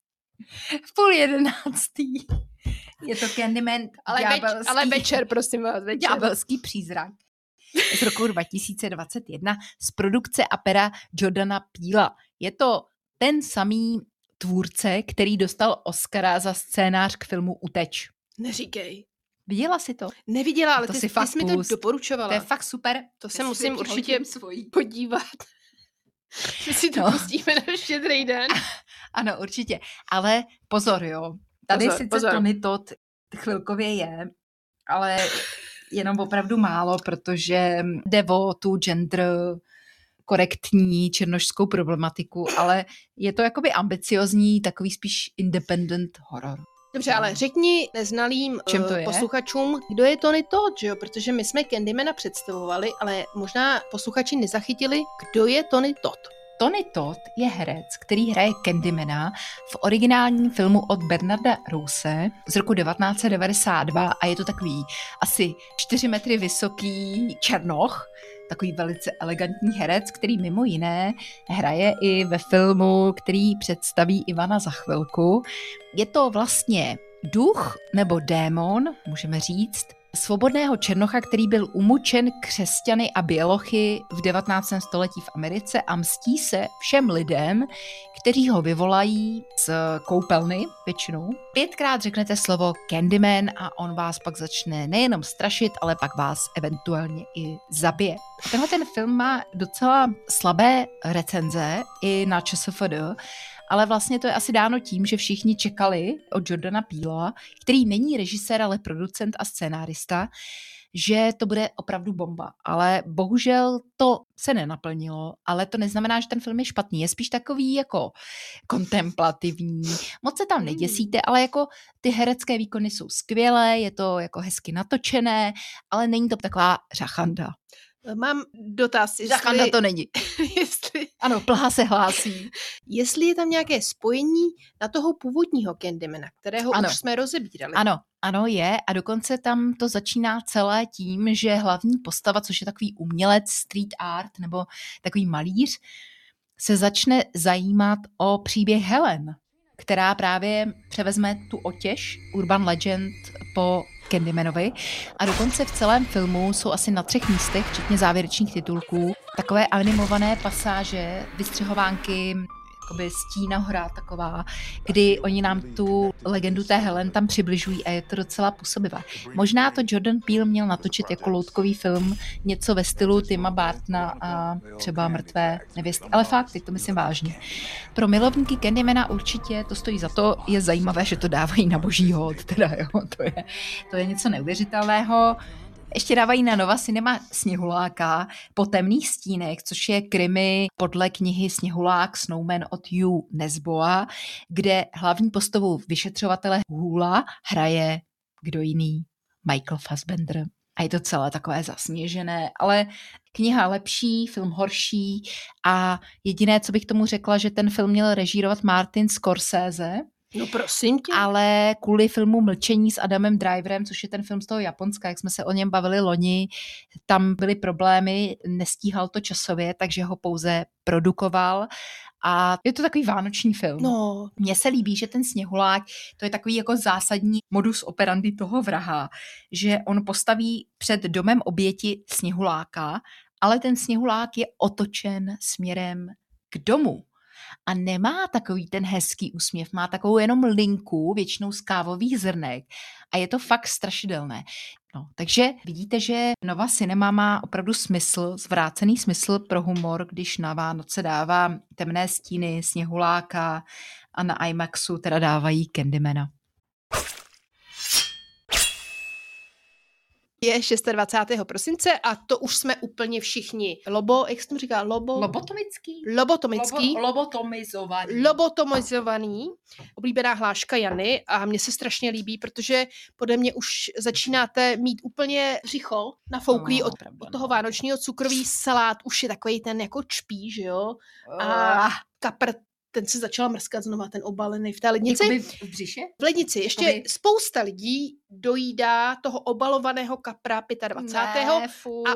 V 10:30. Je to Candyman, ale večer, prosím vás, večer. Ďábelský přízrak z roku 2021 z produkce a pera Jordana Peela. Je to ten samý tvůrce, který dostal Oscara za scénář k filmu Uteč. Neříkej. Viděla jsi to? Neviděla, ale to ty jsi mi to doporučovala. To je fakt super. To se musím určitě podívat. My si to pustíme na Štědrý den. Ano, určitě. Ale pozor, jo. Tady sice Tony Todd chvilkově je, ale jenom opravdu málo, protože jde o tu gender korektní černošskou problematiku, ale je to jakoby ambiciozní, takový spíš independent horor. Dobře, ale řekni neznalým posluchačům, kdo je Tony Todd, že jo? Protože my jsme Candymana představovali, ale možná posluchači nezachytili, kdo je Tony Todd. Tony Todd je herec, který hraje Candymana v originálním filmu od Bernarda Rose z roku 1992 a je to takový asi 4 metry vysoký černoch, takový velice elegantní herec, který mimo jiné hraje i ve filmu, který představí Ivana za chvilku. Je to vlastně duch nebo démon, můžeme říct, svobodného černocha, který byl umučen křesťany a bělochy v 19. století v Americe a mstí se všem lidem, kteří ho vyvolají z koupelny většinou. 5krát řeknete slovo Candyman a on vás pak začne nejenom strašit, ale pak vás eventuálně i zabije. Tenhle ten film má docela slabé recenze i na ČSFD, ale vlastně to je asi dáno tím, že všichni čekali od Jordana Peela, který není režisér, ale producent a scénárista, že to bude opravdu bomba. Ale bohužel to se nenaplnilo, ale to neznamená, že ten film je špatný. Je spíš takový jako kontemplativní. Moc se tam neděsíte, ale jako ty herecké výkony jsou skvělé, je to jako hezky natočené, ale není to taková řachanda. Mám dotaz. Řachanda to není. Jestli... Ano, Plha se hlásí. Jestli je tam nějaké spojení na toho původního Candymana, kterého už jsme rozebírali. Ano, je a dokonce tam to začíná celé tím, že hlavní postava, což je takový umělec, street art nebo takový malíř, se začne zajímat o příběh Helen, která právě převezme tu otěž, urban legend po Candymanovi a dokonce v celém filmu jsou asi na 3 místech, včetně závěrečných titulků, takové animované pasáže, vystřihovánky, jakoby stínohra taková, kdy oni nám tu legendu té Helen tam přibližují a je to docela působivé. Možná to Jordan Peele měl natočit jako loutkový film, něco ve stylu Tima Burtona a třeba Mrtvé nevěsty, ale fakt, teď to myslím vážně. Pro milovníky Candymana určitě to stojí za to, je zajímavé, že to dávají na boží hod, teda jo, to je něco neuvěřitelného. Ještě dávají na Nova Cinema Sněhuláka po temných stínech, což je krimi podle knihy Sněhulák Snowman od Hugh Nesboa, kde hlavní postavu vyšetřovatele Hula hraje kdo jiný? Michael Fassbender. A je to celé takové zasněžené, ale kniha lepší, film horší a jediné, co bych tomu řekla, že ten film měl režírovat Martin Scorsese, no prosím tě. Ale kvůli filmu Mlčení s Adamem Driverem, což je ten film z toho Japonska, jak jsme se o něm bavili loni, tam byly problémy, nestíhal to časově, takže ho pouze produkoval a je to takový vánoční film. No. Mně se líbí, že ten Sněhulák, to je takový jako zásadní modus operandi toho vraha, že on postaví před domem oběti Sněhuláka, ale ten Sněhulák je otočen směrem k domu. A nemá takový ten hezký úsměv, má takovou jenom linku, většinou z kávových zrnek a je to fakt strašidelné. No, takže vidíte, že Nova Cinema má opravdu smysl, zvrácený smysl pro humor, když na Vánoce dává Temné stíny, Sněhuláka a na IMAXu teda dávají Candymana. Je 26. prosince a to už jsme úplně všichni. Jak se tomu říká? Lobotomický. Lobotomizovaný. Oblíbená hláška Jany a mně se strašně líbí, protože podle mě už začínáte mít úplně břicho nafouklý od toho vánočního. Cukrový salát už je takový ten jako čpí, že jo? A kapr, ten se začal mrskat znova, ten obalený v té lednici. Jakoby v břiše? V lednici. Ještě spousta lidí dojídá toho obalovaného kapra 25. A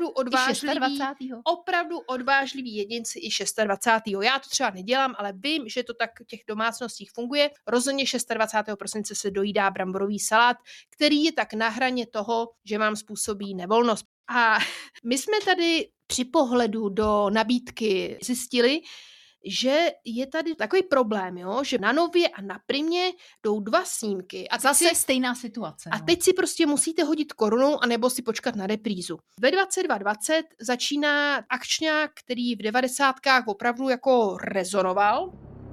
opravdu odvážliví jedinci i 26. Já to třeba nedělám, ale vím, že to tak v těch domácnostích funguje. Rozhodně 26. prosince se dojídá bramborový salát, který je tak na hraně toho, že vám způsobí nevolnost. A my jsme tady při pohledu do nabídky zjistili, že je tady takový problém, jo? Že na Nově a na Primě jdou 2 snímky. A zase stejná situace. A teď si prostě musíte hodit korunou anebo si počkat na reprízu. Ve 22:20 začíná akčňák, který v 90kách opravdu jako rezonoval.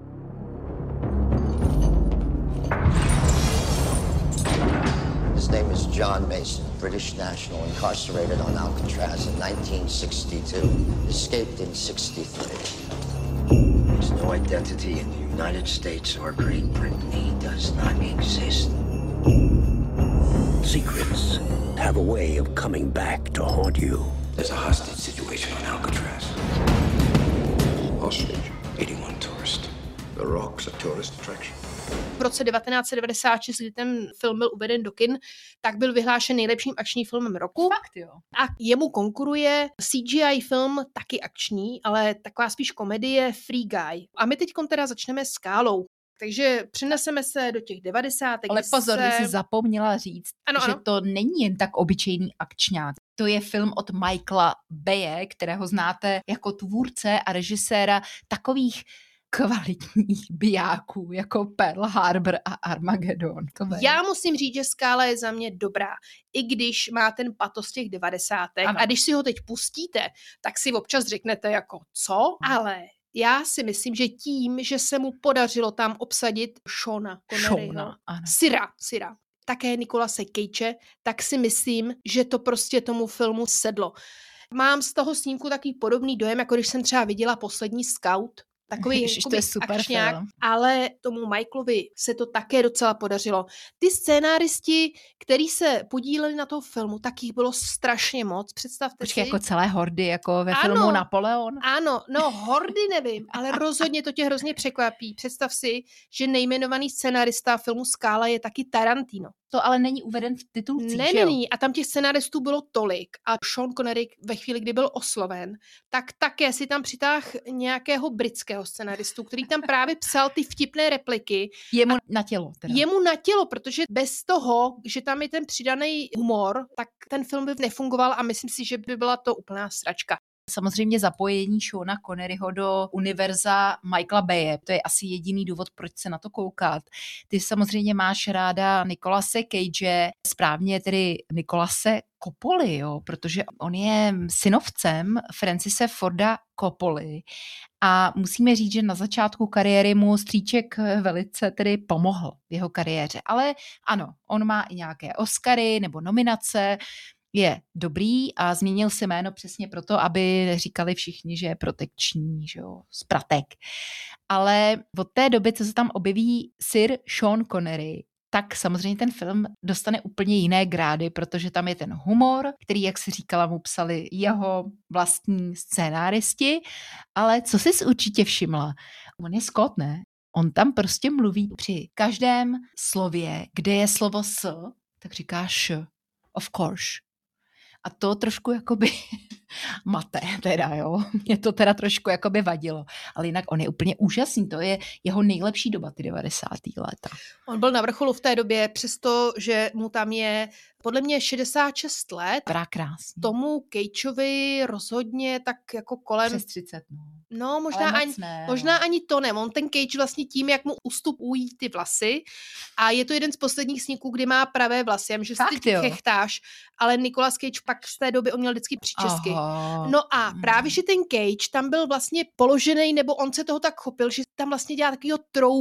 His name is John Mason, British national, incarcerated on Alcatraz in 1962, escaped in 63. There's no identity in the United States or Great Britain. He does not exist. Secrets have a way of coming back to haunt you. There's a hostage situation on Alcatraz. Hostage? 81 tourists. The Rock's a tourist attraction. V roce 1996, kdy ten film byl uveden do kin, tak byl vyhlášen nejlepším akčním filmem roku. Fakt, jo. A jemu konkuruje CGI film, taky akční, ale taková spíš komedie Free Guy. A my teď teda začneme Skálou. Takže přeneseme se do těch 90. Ale pozor, jsi zapomněla říct, že to není jen tak obyčejný akčňák. To je film od Michaela Baye, kterého znáte jako tvůrce a režiséra takových kvalitních bijáků, jako Pearl Harbor a Armageddon. Já musím říct, že Skála je za mě dobrá, i když má ten patos těch 90. A když si ho teď pustíte, tak si občas řeknete jako co, ale já si myslím, že tím, že se mu podařilo tam obsadit Seana Conneryho, Syra, také Nicolase Cage, tak si myslím, že to prostě tomu filmu sedlo. Mám z toho snímku takový podobný dojem, jako když jsem třeba viděla Poslední Scout, takový to je super akčňák, film. ale tomu Michaelovi se to také docela podařilo. Ty scénáristi, kteří se podíleli na toho filmu, tak jich bylo strašně moc, představte si. Jako celé hordy, jako ve filmu Napoleon. Ano, hordy nevím, ale rozhodně to tě hrozně překvapí. Představ si, že nejmenovaný scénárista filmu Skála je taky Tarantino. To ale není uveden v titulcích, Není. A tam těch scénáristů bylo tolik. A Sean Connery ve chvíli, kdy byl osloven, tak také si tam přitáhl nějakého britského scénáristu, který tam právě psal ty vtipné repliky. Jemu na tělo, protože bez toho, že tam je ten přidaný humor, tak ten film by nefungoval a myslím si, že by byla to úplná sračka. Samozřejmě zapojení Seana Conneryho do univerza Michaela Baye. To je asi jediný důvod, proč se na to koukat. Ty samozřejmě máš ráda Nicolase Cage, správně tedy Nicolase Coppoli, jo, protože on je synovcem Francise Forda Coppoli a musíme říct, že na začátku kariéry mu strýček velice tedy pomohl v jeho kariéře. Ale ano, on má i nějaké Oscary nebo nominace, je dobrý a změnil si jméno přesně proto, aby říkali všichni, že je protekční, že jo, spratek. Ale od té doby, co se tam objeví Sir Sean Connery, tak samozřejmě ten film dostane úplně jiné grády, protože tam je ten humor, který, jak si říkala, mu psali jeho vlastní scénáristi, ale co jsi určitě všimla? On je Scott, ne? On tam prostě mluví při každém slově, kde je slovo s, tak říká š, of course. A to trošku jakoby mate teda, jo. Mě to teda trošku jakoby vadilo. Ale jinak on je úplně úžasný. To je jeho nejlepší doba, ty 90. léta. On byl na vrcholu v té době, přesto, že mu tam je podle mě 66 let. Krásný. Tomu Cageovi rozhodně tak jako kolem... Přes 30, no. No, možná ani to ne. On ten Cage vlastně tím, jak mu ustupují ty vlasy a je to jeden z posledních snímků, kdy má pravé vlasy. Já vím, že si ty chechtáš, ale Nicolas Cage pak z té doby on měl vždycky příčesky. Aha. No a právě, že ten Cage tam byl vlastně položený, nebo on se toho tak chopil, že tam vlastně dělá takovýho troubu.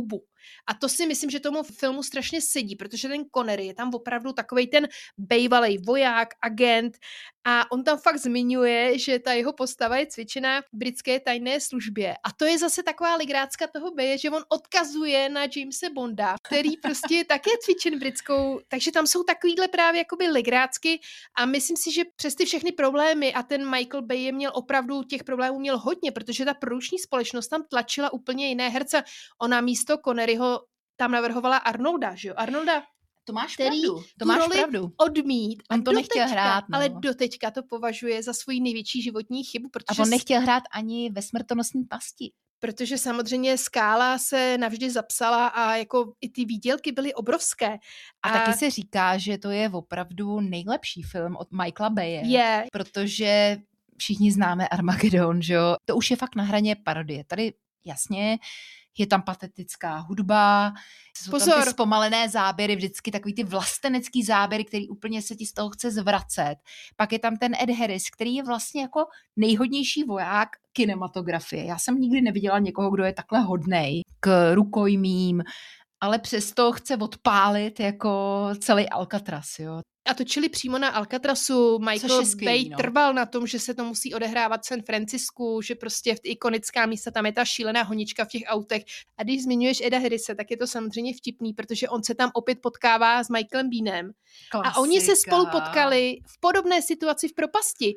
A to si myslím, že tomu filmu strašně sedí, protože ten Connery je tam opravdu takovej ten bejvalej voják, agent a on tam fakt zmiňuje, že ta jeho postava je cvičená v britské tajné službě. A to je zase taková ligrácka toho beje, že on odkazuje na Jamese Bonda, který prostě je také cvičen britskou, takže tam jsou takovýhle právě jakoby ligrácky a myslím si, že přes ty všechny problémy a ten Michael Bay je měl opravdu, těch problémů měl hodně, protože ta produkční společnost tam tlačila úplně jiné herce. Ona místo Conneryho tam navrhovala Arnolda, že jo? Arnolda, to máš který pravdu, to máš pravdu. Odmít. On to nechtěl hrát, no. Ale doteďka to považuje za svoji největší životní chybu, protože... A on nechtěl hrát ani ve Smrtonosné pasti. Protože samozřejmě Skála se navždy zapsala a jako i ty výdělky byly obrovské. A taky se říká, že to je opravdu nejlepší film od Michaela Baye. Je. Protože všichni známe Armageddon, že jo? To už je fakt na hraně parodie. Tady jasně je tam patetická hudba, jsou tam ty zpomalené záběry, vždycky takový ty vlastenecký záběry, který úplně se ti z toho chce zvracet. Pak je tam ten Ed Harris, který je vlastně jako nejhodnější voják kinematografie. Já jsem nikdy neviděla někoho, kdo je takhle hodnej k rukojmím, ale přesto chce odpálit jako celý Alcatraz, jo. A točili přímo na Alcatrazu. Michael Bay trval na tom, že se to musí odehrávat v San Francisku, že prostě v ikonická místa tam je ta šílená honička v těch autech. A když zmiňuješ Eda Harrise, tak je to samozřejmě vtipný, protože on se tam opět potkává s Michaelem Beenem. Klasika. A oni se spolu potkali v podobné situaci v propasti.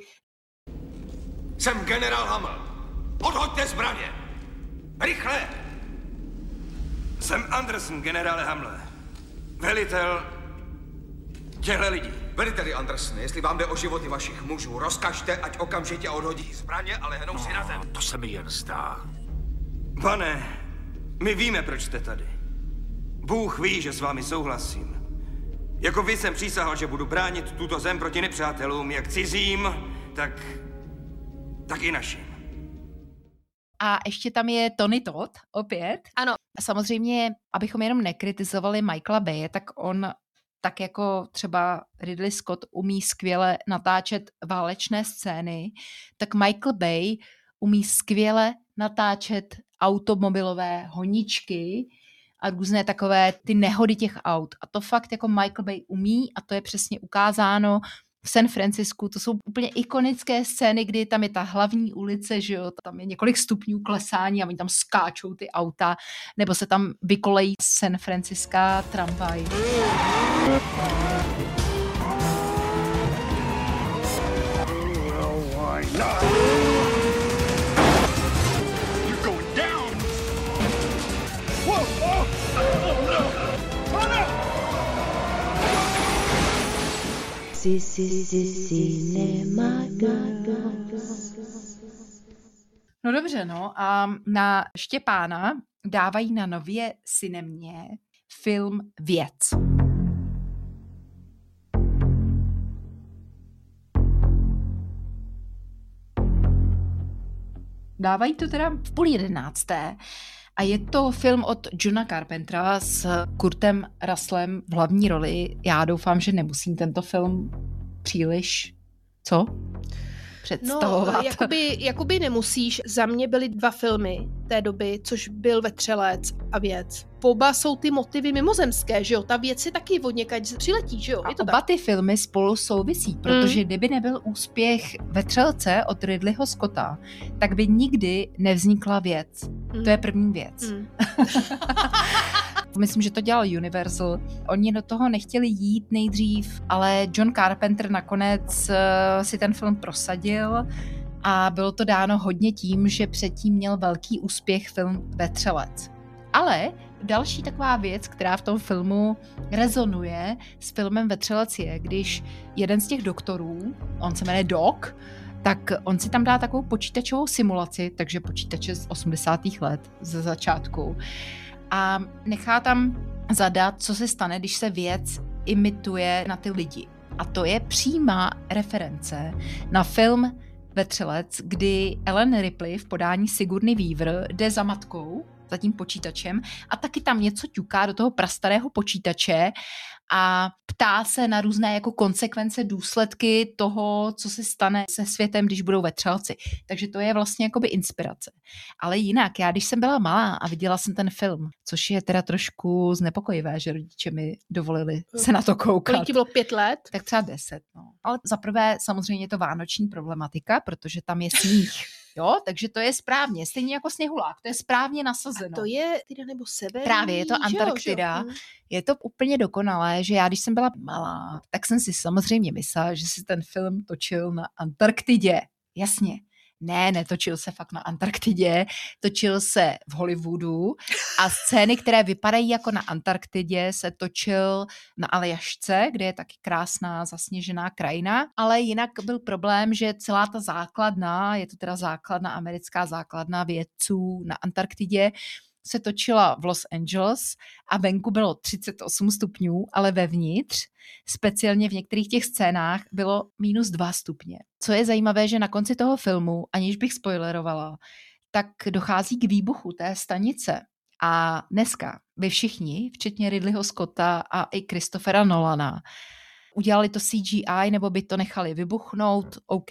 Jsem generál Hamel. Odhoďte zbraně. Rychle! Jsem Anderson, generále Hamle. Velitel těchto lidí. Veliteli Anderson, jestli vám jde o životy vašich mužů, rozkažte, ať okamžitě odhodí zbraně a lehnou si na zem. To se mi jen zdá. Pane, my víme, proč jste tady. Bůh ví, že s vámi souhlasím. Jako vy jsem přísahal, že budu bránit tuto zem proti nepřátelům, jak cizím, tak i našim. A ještě tam je Tony Todd opět. Ano. Samozřejmě, abychom jenom nekritizovali Michaela Baye, tak on tak jako třeba Ridley Scott umí skvěle natáčet válečné scény, tak Michael Bay umí skvěle natáčet automobilové honičky a různé takové ty nehody těch aut. A to fakt jako Michael Bay umí a to je přesně ukázáno v San Francisku. To jsou úplně ikonické scény, kdy tam je ta hlavní ulice, že jo, tam je několik stupňů klesání a oni tam skáčou ty auta, nebo se tam vykolejí San Franciská tramvaj. No dobře, no a na Štěpána dávají na Nově Cinemě film Věc. Dávají to teda v 10:30 a je to film od Johna Carpentera s Kurtem Russellem v hlavní roli. Já doufám, že nemusím tento film příliš, představovat. No, jakoby nemusíš. Za mě byly 2 filmy té doby, což byl Vetřelec a Věc. Oba jsou ty motivy mimozemské, že jo? Ta Věc je taky od někať přiletí, že jo? A oba ty filmy spolu souvisí, protože kdyby nebyl úspěch Vetřelce od Ridleyho Scotta, tak by nikdy nevznikla Věc. To je první věc. Myslím, že to dělal Universal. Oni do toho nechtěli jít nejdřív, ale John Carpenter nakonec si ten film prosadil a bylo to dáno hodně tím, že předtím měl velký úspěch film Vetřelec. Ale další taková věc, která v tom filmu rezonuje s filmem Vetřelec je, když jeden z těch doktorů, on se jmenuje Doc, tak on si tam dá takovou počítačovou simulaci, takže počítače z 80. let ze začátku, a nechá tam zadat, co se stane, když se věc imituje na ty lidi. A to je přímá reference na film Vetřelec, kdy Ellen Ripley v podání Sigourney Weaver jde za matkou za tím počítačem a taky tam něco ťuká do toho prastarého počítače a ptá se na různé jako konsekvence, důsledky toho, co se stane se světem, když budou vetřelci. Takže to je vlastně jakoby inspirace. Ale jinak, já když jsem byla malá a viděla jsem ten film, což je teda trošku znepokojivé, že rodiče mi dovolili se na to koukat. Kolik ti bylo 5 let? Tak třeba 10, no. Ale za prvé samozřejmě je to vánoční problematika, protože tam je sníh. Jo, takže to je správně, stejně jako Sněhulák, to je správně nasazeno. A to je teda nebo severní? Právě, je to Antarktida. Je to úplně dokonalé, že já, když jsem byla malá, tak jsem si samozřejmě myslela, že si ten film točil na Antarktidě. Jasně. Ne, netočil se fakt na Antarktidě, točil se v Hollywoodu a scény, které vypadají jako na Antarktidě, se točil na Aljašce, kde je taky krásná zasněžená krajina, ale jinak byl problém, že celá ta základna, je to teda základna, americká základna vědců na Antarktidě, se točila v Los Angeles a venku bylo 38 stupňů, ale vevnitř, speciálně v některých těch scénách, bylo -2 stupně. Co je zajímavé, že na konci toho filmu, aniž bych spoilerovala, tak dochází k výbuchu té stanice. A dneska vy všichni, včetně Ridleyho Scotta a i Christophera Nolana, udělali to CGI nebo by to nechali vybuchnout, OK.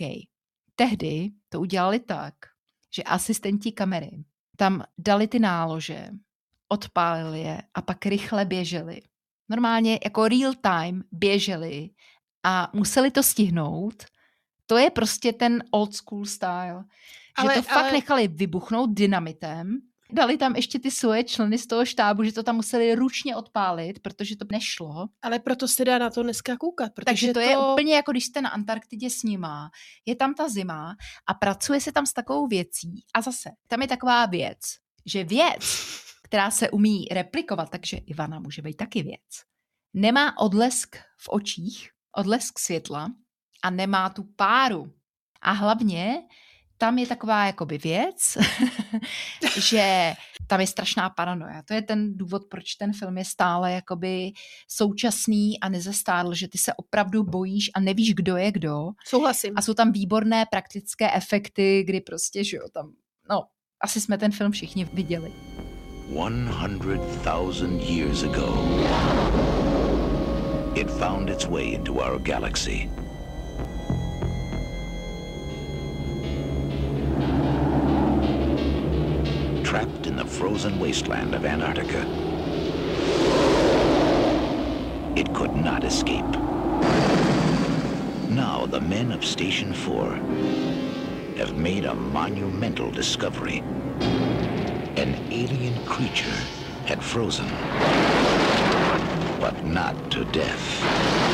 Tehdy to udělali tak, že asistenti kamery tam dali ty nálože, odpálili je a pak rychle běželi. Normálně jako real time běželi a museli to stihnout. To je prostě ten old school style. Že to fakt nechali vybuchnout dynamitem. Dali tam ještě ty svoje členy z toho štábu, že to tam museli ručně odpálit, protože to nešlo. Ale proto se dá na to dneska koukat. Takže to je úplně jako když jste na Antarktidě s nima, je tam ta zima a pracuje se tam s takovou věcí. A zase, tam je taková věc, že věc, která se umí replikovat, takže Ivana může být taky věc, nemá odlesk v očích, odlesk světla a nemá tu páru. A hlavně tam je taková jakoby věc, že tam je strašná paranoja. To je ten důvod, proč ten film je stále jakoby současný a nezastárl, že ty se opravdu bojíš a nevíš, kdo je kdo. Souhlasím. A jsou tam výborné praktické efekty, kdy prostě, že jo, tam, no, asi jsme ten film všichni viděli. 100,000 years ago, it found its way into our galaxy. Trapped in the frozen wasteland of Antarctica, it could not escape. Now the men of Station 4 have made a monumental discovery. An alien creature had frozen, but not to death.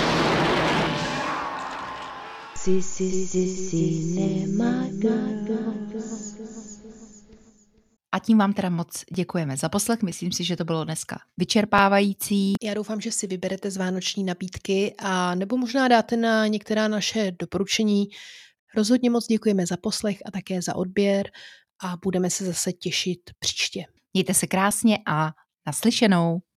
A tím vám teda moc děkujeme za poslech. Myslím si, že to bylo dneska vyčerpávající. Já doufám, že si vyberete z vánoční nabídky a nebo možná dáte na některá naše doporučení. Rozhodně moc děkujeme za poslech a také za odběr a budeme se zase těšit příště. Mějte se krásně a naslyšenou.